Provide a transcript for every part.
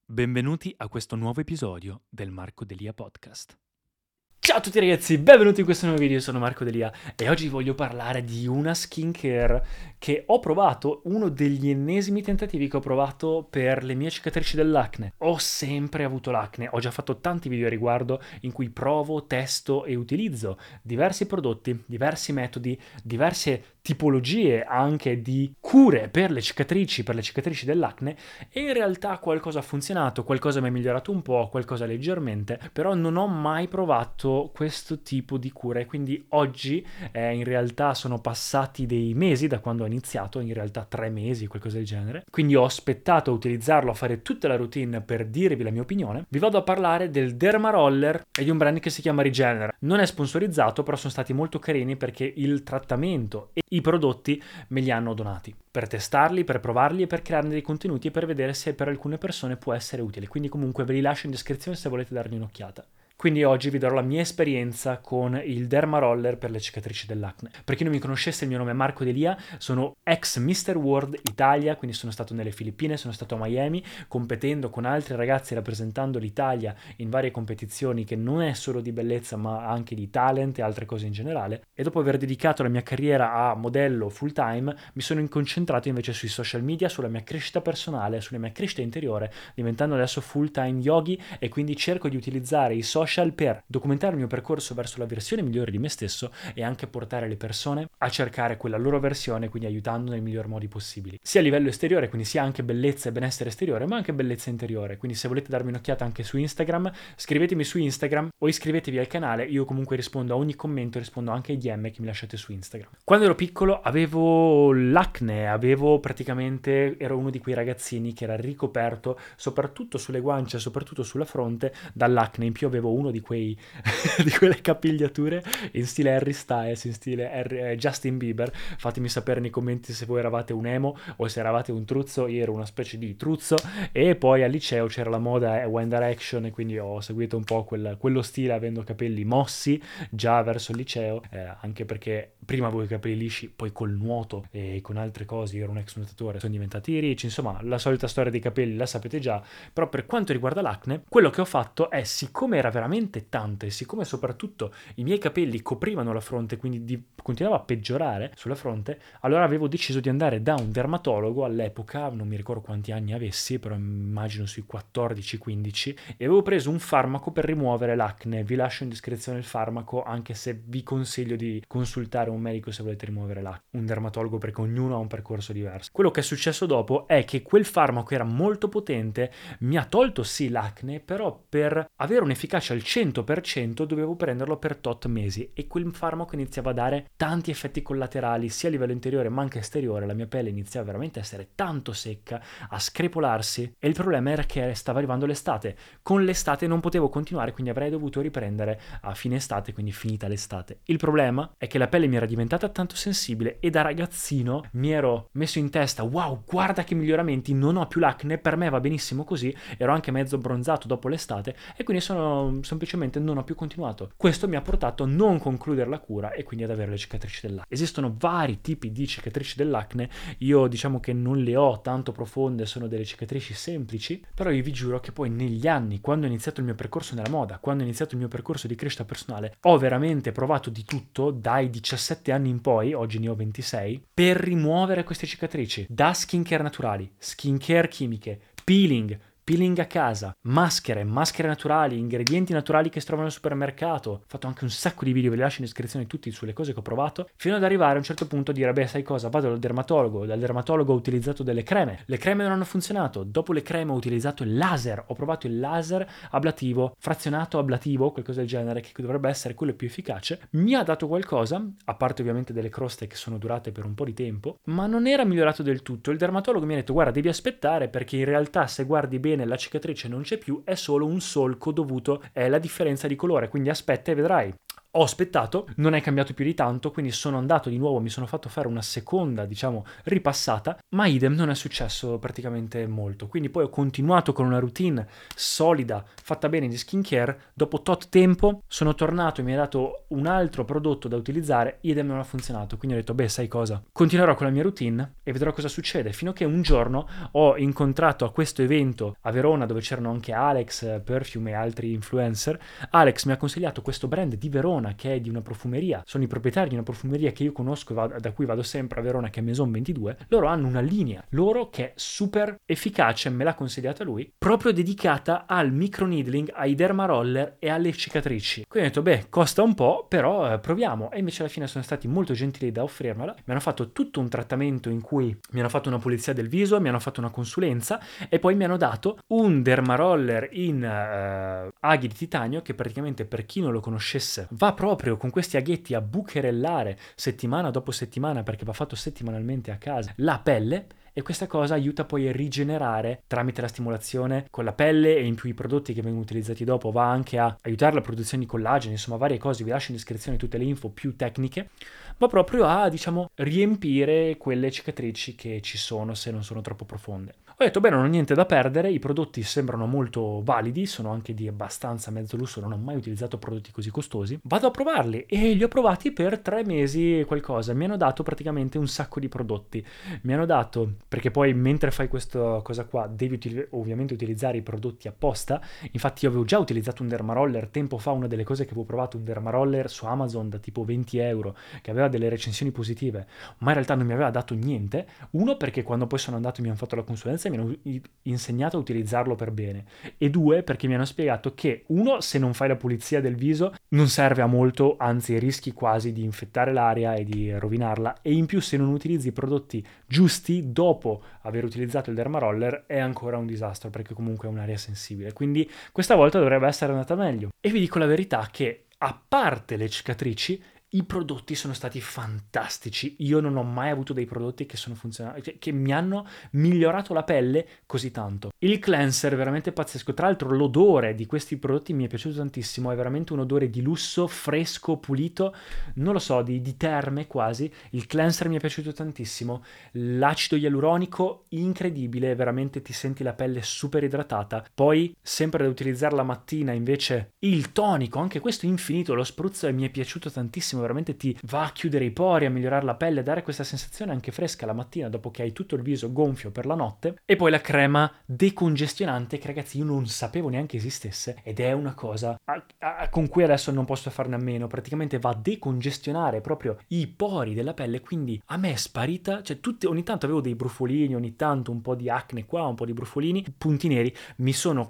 Benvenuti a questo nuovo episodio del Marco Delia Podcast. Ciao a tutti ragazzi, benvenuti in questo nuovo video, sono Marco Delia e oggi voglio parlare di una skincare che ho provato, uno degli ennesimi tentativi che ho provato per le mie cicatrici dell'acne. Ho sempre avuto l'acne, ho già fatto tanti video a riguardo in cui provo, testo e utilizzo diversi prodotti, diversi metodi, diverse tipologie anche di cure per le cicatrici dell'acne e in realtà qualcosa ha funzionato, qualcosa mi è migliorato un po', qualcosa leggermente, però non ho mai provato questo tipo di cura e quindi oggi in realtà sono passati dei mesi da quando ho iniziato, in realtà 3 mesi, qualcosa del genere, quindi ho aspettato a utilizzarlo, a fare tutta la routine per dirvi la mia opinione. Vi vado a parlare del Derma Roller e di un brand che si chiama Regeneron. Non è sponsorizzato, però sono stati molto carini perché il trattamento e i prodotti me li hanno donati per testarli, per provarli e per crearne dei contenuti e per vedere se per alcune persone può essere utile. Quindi comunque ve li lascio in descrizione se volete dargli un'occhiata. Quindi oggi vi darò la mia esperienza con il Derma Roller per le cicatrici dell'acne. Per chi non mi conoscesse, il mio nome è Marco Delia, sono ex Mr. World Italia, quindi sono stato nelle Filippine, sono stato a Miami, competendo con altri ragazzi rappresentando l'Italia in varie competizioni che non è solo di bellezza ma anche di talent e altre cose in generale. E dopo aver dedicato la mia carriera a modello full time, mi sono concentrato invece sui social media, sulla mia crescita personale, sulla mia crescita interiore, diventando adesso full time yogi e quindi cerco di utilizzare i social per documentare il mio percorso verso la versione migliore di me stesso e anche portare le persone a cercare quella loro versione, quindi aiutando nei miglior modi possibili, sia a livello esteriore, quindi sia anche bellezza e benessere esteriore, ma anche bellezza interiore. Quindi se volete darmi un'occhiata anche su Instagram, scrivetemi su Instagram o iscrivetevi al canale, io comunque rispondo a ogni commento, rispondo anche ai DM che mi lasciate su Instagram. Quando ero piccolo avevo l'acne, ero uno di quei ragazzini che era ricoperto soprattutto sulle guance, soprattutto sulla fronte dall'acne, in più avevo uno di quei di quelle capigliature in stile Harry Styles, in stile Justin Bieber. Fatemi sapere nei commenti se voi eravate un emo o se eravate un truzzo. Io ero una specie di truzzo e poi al liceo c'era la moda One Direction e quindi ho seguito un po' quello stile avendo capelli mossi già verso il liceo, anche perché prima avevo i capelli lisci, poi col nuoto e con altre cose, io ero un ex nuotatore, sono diventati ricci, insomma la solita storia dei capelli la sapete già. Però per quanto riguarda l'acne, quello che ho fatto è, siccome era veramente tanta e siccome soprattutto i miei capelli coprivano la fronte, quindi continuava a peggiorare sulla fronte, allora avevo deciso di andare da un dermatologo all'epoca, non mi ricordo quanti anni avessi, però immagino sui 14-15, e avevo preso un farmaco per rimuovere l'acne. Vi lascio in descrizione il farmaco, anche se vi consiglio di consultare un medico se volete rimuovere l'acne, un dermatologo, perché ognuno ha un percorso diverso. Quello che è successo dopo è che quel farmaco era molto potente, mi ha tolto sì l'acne, però per avere un'efficacia al 100% dovevo prenderlo per tot mesi e quel farmaco iniziava a dare tanti effetti collaterali sia a livello interiore ma anche esteriore. La mia pelle iniziava veramente a essere tanto secca, a screpolarsi, e il problema era che stava arrivando l'estate. Con l'estate non potevo continuare, quindi avrei dovuto riprendere a fine estate, quindi finita l'estate. Il problema è che la pelle mi era diventata tanto sensibile e da ragazzino mi ero messo in testa: wow, guarda che miglioramenti, non ho più l'acne, per me va benissimo così. Ero anche mezzo bronzato dopo l'estate e quindi semplicemente non ho più continuato. Questo mi ha portato a non concludere la cura e quindi ad avere le cicatrici dell'acne. Esistono vari tipi di cicatrici dell'acne, io diciamo che non le ho tanto profonde, sono delle cicatrici semplici, però io vi giuro che poi negli anni, quando ho iniziato il mio percorso nella moda, quando ho iniziato il mio percorso di crescita personale, ho veramente provato di tutto dai 17 anni in poi, oggi ne ho 26, per rimuovere queste cicatrici, da skincare naturali, skincare chimiche, peeling a casa, maschere naturali, ingredienti naturali che si trovano al supermercato. Ho fatto anche un sacco di video, ve li lascio in descrizione tutti sulle cose che ho provato, fino ad arrivare a un certo punto a dire: beh, sai cosa, vado dal dermatologo ho utilizzato delle creme, le creme non hanno funzionato, dopo le creme ho utilizzato il laser, ho provato il laser ablativo, frazionato ablativo, qualcosa del genere, che dovrebbe essere quello più efficace, mi ha dato qualcosa, a parte ovviamente delle croste che sono durate per un po' di tempo, ma non era migliorato del tutto. Il dermatologo mi ha detto: guarda, devi aspettare, perché in realtà se guardi bene la cicatrice non c'è più, è solo un solco dovuto alla differenza di colore, quindi aspetta e vedrai. Ho aspettato, non è cambiato più di tanto, quindi sono andato di nuovo, mi sono fatto fare una seconda, diciamo, ripassata, ma idem, non è successo praticamente molto. Quindi poi ho continuato con una routine solida, fatta bene di skincare, dopo tot tempo sono tornato e mi ha dato un altro prodotto da utilizzare, idem non ha funzionato, quindi ho detto, beh, sai cosa? Continuerò con la mia routine e vedrò cosa succede, fino a che un giorno ho incontrato a questo evento a Verona, dove c'erano anche Alex, Perfume e altri influencer. Alex mi ha consigliato questo brand di Verona, che è di una profumeria, sono i proprietari di una profumeria che io conosco da cui vado sempre a Verona, che è Maison 22. Loro hanno una linea loro che è super efficace, me l'ha consigliata lui, proprio dedicata al microneedling, ai derma roller e alle cicatrici. Quindi ho detto, beh, costa un po', però proviamo. E invece alla fine sono stati molto gentili da offrirmela. Mi hanno fatto tutto un trattamento in cui mi hanno fatto una pulizia del viso, mi hanno fatto una consulenza e poi mi hanno dato un derma roller in aghi di titanio, che praticamente, per chi non lo conoscesse, va proprio con questi aghetti a bucherellare settimana dopo settimana, perché va fatto settimanalmente a casa, la pelle. E questa cosa aiuta poi a rigenerare tramite la stimolazione con la pelle, e in più i prodotti che vengono utilizzati dopo va anche a aiutare la produzione di collagene, insomma varie cose. Vi lascio in descrizione tutte le info più tecniche, ma proprio a, diciamo, riempire quelle cicatrici che ci sono se non sono troppo profonde. Ho detto, beh, non ho niente da perdere, i prodotti sembrano molto validi, sono anche di abbastanza mezzo lusso, non ho mai utilizzato prodotti così costosi, vado a provarli. E li ho provati per 3 mesi e qualcosa, mi hanno dato praticamente un sacco di prodotti, mi hanno dato, perché poi mentre fai questa cosa qua devi ovviamente utilizzare i prodotti apposta. Infatti io avevo già utilizzato un derma roller tempo fa, una delle cose che avevo provato, un derma roller su Amazon da tipo 20 euro, che aveva delle recensioni positive, ma in realtà non mi aveva dato niente. Uno, perché quando poi sono andato e mi hanno fatto la consulenza mi hanno insegnato a utilizzarlo per bene, e due, perché mi hanno spiegato che, uno, se non fai la pulizia del viso non serve a molto, anzi rischi quasi di infettare l'aria e di rovinarla, e in più se non utilizzi i prodotti giusti dopo aver utilizzato il derma roller è ancora un disastro, perché comunque è un'area sensibile. Quindi questa volta dovrebbe essere andata meglio. E vi dico la verità che, a parte le cicatrici, i prodotti sono stati fantastici. Io non ho mai avuto dei prodotti che sono funzionati, che mi hanno migliorato la pelle così tanto. Il cleanser è veramente pazzesco. Tra l'altro l'odore di questi prodotti mi è piaciuto tantissimo, è veramente un odore di lusso, fresco, pulito, non lo so, di terme quasi. Il cleanser mi è piaciuto tantissimo. L'acido ialuronico, incredibile, veramente ti senti la pelle super idratata. Poi, sempre da utilizzare la mattina, invece, il tonico, anche questo infinito, lo spruzzo, e mi è piaciuto tantissimo, veramente ti va a chiudere i pori, a migliorare la pelle, a dare questa sensazione anche fresca la mattina dopo che hai tutto il viso gonfio per la notte. E poi la crema decongestionante, che ragazzi io non sapevo neanche esistesse, ed è una cosa con cui adesso non posso farne a meno. Praticamente va a decongestionare proprio i pori della pelle, quindi a me è sparita, cioè ogni tanto avevo dei brufolini, ogni tanto un po' di acne qua, un po' di brufolini, punti neri, mi sono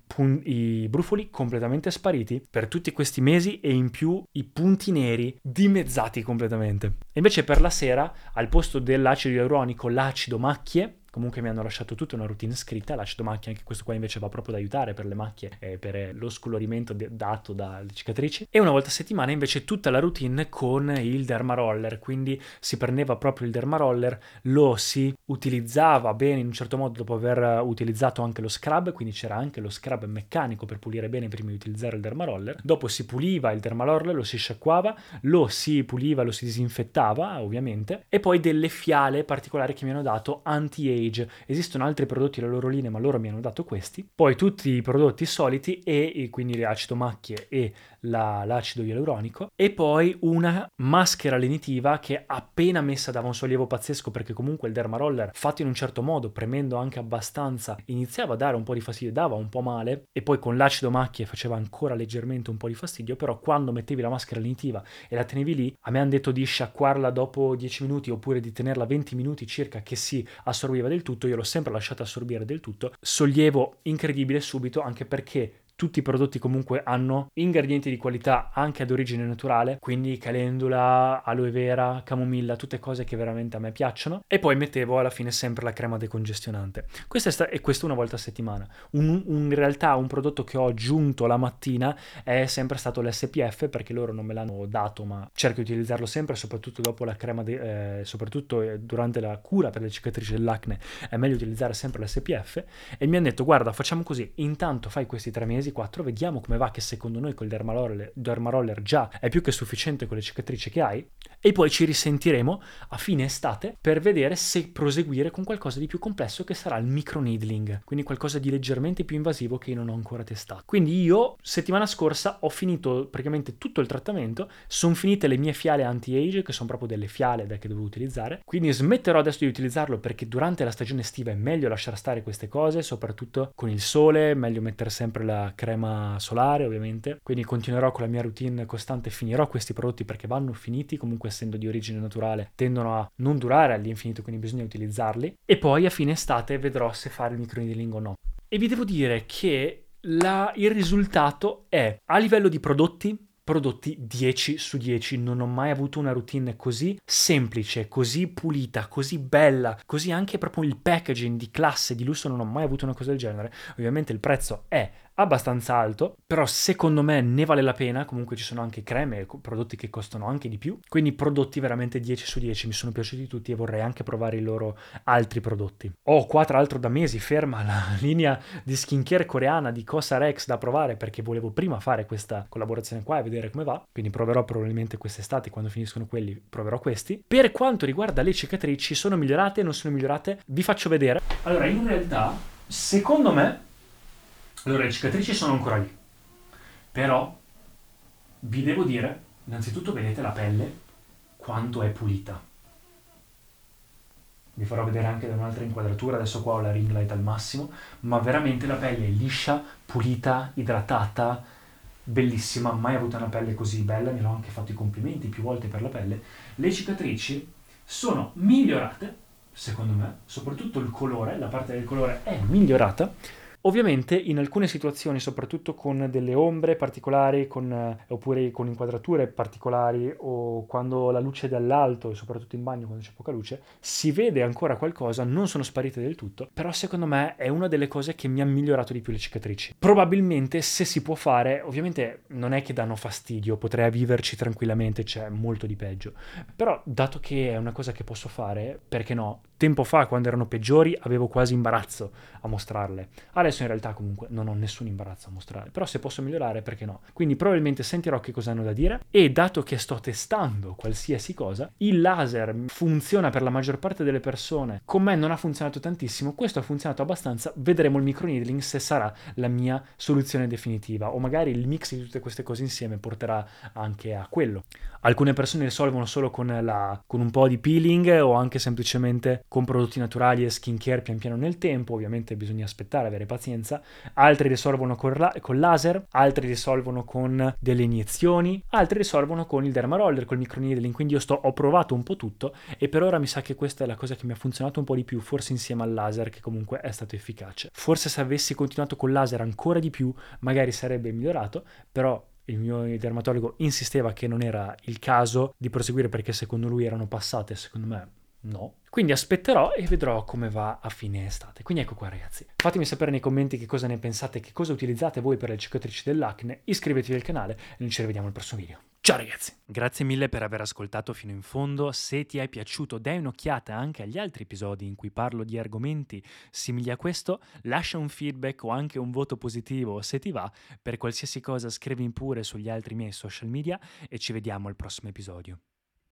i brufoli completamente spariti per tutti questi mesi, e in più i punti neri dimezzati completamente. E invece per la sera, al posto dell'acido ialuronico, l'acido macchie. Comunque mi hanno lasciato tutta una routine scritta, l'acido macchie, anche questo qua invece va proprio ad aiutare per le macchie e per lo scolorimento dato dalle cicatrici. E una volta a settimana invece tutta la routine con il derma roller, quindi si prendeva proprio il derma roller, lo si utilizzava bene in un certo modo dopo aver utilizzato anche lo scrub, quindi c'era anche lo scrub meccanico per pulire bene prima di utilizzare il derma roller. Dopo si puliva il derma roller, lo si sciacquava, lo si puliva, lo si disinfettava ovviamente, e poi delle fiale particolari che mi hanno dato anti-age. Esistono altri prodotti della loro linea, ma loro mi hanno dato questi. Poi tutti i prodotti soliti, e quindi l'acido macchie e l'acido ialuronico, e poi una maschera lenitiva che appena messa dava un sollievo pazzesco, perché comunque il derma roller fatto in un certo modo, premendo anche abbastanza, iniziava a dare un po' di fastidio, dava un po' male, e poi con l'acido macchie faceva ancora leggermente un po' di fastidio. Però quando mettevi la maschera lenitiva e la tenevi lì, a me hanno detto di sciacquarla dopo 10 minuti oppure di tenerla 20 minuti circa che si assorbiva del tutto. Io l'ho sempre lasciata assorbire del tutto, sollievo incredibile subito, anche perché tutti i prodotti comunque hanno ingredienti di qualità anche ad origine naturale, quindi calendula, aloe vera, camomilla, tutte cose che veramente a me piacciono. E poi mettevo alla fine sempre la crema decongestionante. Questo una volta a settimana. In realtà un prodotto che ho aggiunto la mattina è sempre stato l'SPF, perché loro non me l'hanno dato, ma cerco di utilizzarlo sempre, soprattutto dopo la crema, soprattutto durante la cura per le cicatrici dell'acne è meglio utilizzare sempre l'SPF. E mi hanno detto, guarda, facciamo così, intanto fai questi 3 mesi mesi, 4, vediamo come va, che secondo noi col Dermaroller già è più che sufficiente con le cicatrici che hai, e poi ci risentiremo a fine estate per vedere se proseguire con qualcosa di più complesso, che sarà il microneedling, quindi qualcosa di leggermente più invasivo che io non ho ancora testato. Quindi io settimana scorsa ho finito praticamente tutto il trattamento, sono finite le mie fiale anti-age, che sono proprio delle fiale che dovevo utilizzare, quindi smetterò adesso di utilizzarlo perché durante la stagione estiva è meglio lasciare stare queste cose, soprattutto con il sole, meglio mettere sempre la crema solare ovviamente, quindi continuerò con la mia routine costante, finirò questi prodotti perché vanno finiti, comunque essendo di origine naturale tendono a non durare all'infinito, quindi bisogna utilizzarli, e poi a fine estate vedrò se fare il microneedling o no. E vi devo dire che il risultato è, a livello di prodotti 10 su 10, non ho mai avuto una routine così semplice, così pulita, così bella, così anche proprio il packaging di classe, di lusso, non ho mai avuto una cosa del genere. Ovviamente il prezzo è abbastanza alto, però secondo me ne vale la pena. Comunque ci sono anche creme e prodotti che costano anche di più, quindi prodotti veramente 10 su 10, mi sono piaciuti tutti e vorrei anche provare i loro altri prodotti. Ho qua tra l'altro da mesi ferma la linea di skincare coreana di Cosrx da provare, perché volevo prima fare questa collaborazione qua e vedere come va, quindi proverò probabilmente quest'estate, quando finiscono quelli proverò questi. Per quanto riguarda le cicatrici, sono migliorate, non sono migliorate? Vi faccio vedere. Allora, in realtà, secondo me, allora, le cicatrici sono ancora lì, però vi devo dire, innanzitutto vedete la pelle quanto è pulita. Vi farò vedere anche da un'altra inquadratura, adesso qua ho la ring light al massimo, ma veramente la pelle è liscia, pulita, idratata, bellissima, mai avuto una pelle così bella, mi hanno anche fatto i complimenti più volte per la pelle. Le cicatrici sono migliorate, secondo me, soprattutto il colore, la parte del colore è migliorata. Ovviamente in alcune situazioni, soprattutto con delle ombre particolari, oppure con inquadrature particolari, o quando la luce è dall'alto, e soprattutto in bagno quando c'è poca luce, si vede ancora qualcosa, non sono sparite del tutto, però secondo me è una delle cose che mi ha migliorato di più le cicatrici. Probabilmente, se si può fare, ovviamente non è che danno fastidio, potrei viverci tranquillamente, c'è molto di peggio, però dato che è una cosa che posso fare, perché no? Tempo fa, quando erano peggiori, avevo quasi imbarazzo a mostrarle. Adesso in realtà comunque non ho nessun imbarazzo a mostrare, però se posso migliorare, perché no? Quindi probabilmente sentirò che cosa hanno da dire, e dato che sto testando qualsiasi cosa, il laser funziona per la maggior parte delle persone, con me non ha funzionato tantissimo, questo ha funzionato abbastanza, vedremo il microneedling se sarà la mia soluzione definitiva, o magari il mix di tutte queste cose insieme porterà anche a quello. Alcune persone risolvono solo con un po' di peeling, o anche semplicemente con prodotti naturali e skincare pian piano nel tempo, ovviamente bisogna aspettare, avere pazienza. Altri risolvono con laser, altri risolvono con delle iniezioni, altri risolvono con il dermaroller, col microneedling, quindi ho provato un po' tutto, e per ora mi sa che questa è la cosa che mi ha funzionato un po' di più, forse insieme al laser, che comunque è stato efficace. Forse se avessi continuato col laser ancora di più magari sarebbe migliorato, però il mio dermatologo insisteva che non era il caso di proseguire perché secondo lui erano passate, secondo me no. Quindi aspetterò e vedrò come va a fine estate. Quindi ecco qua ragazzi, fatemi sapere nei commenti che cosa ne pensate, che cosa utilizzate voi per le cicatrici dell'acne, iscrivetevi al canale e noi ci rivediamo al prossimo video. Ciao ragazzi! Grazie mille per aver ascoltato fino in fondo. Se ti è piaciuto, dai un'occhiata anche agli altri episodi in cui parlo di argomenti simili a questo, lascia un feedback o anche un voto positivo se ti va. Per qualsiasi cosa scrivi pure sugli altri miei social media e ci vediamo al prossimo episodio.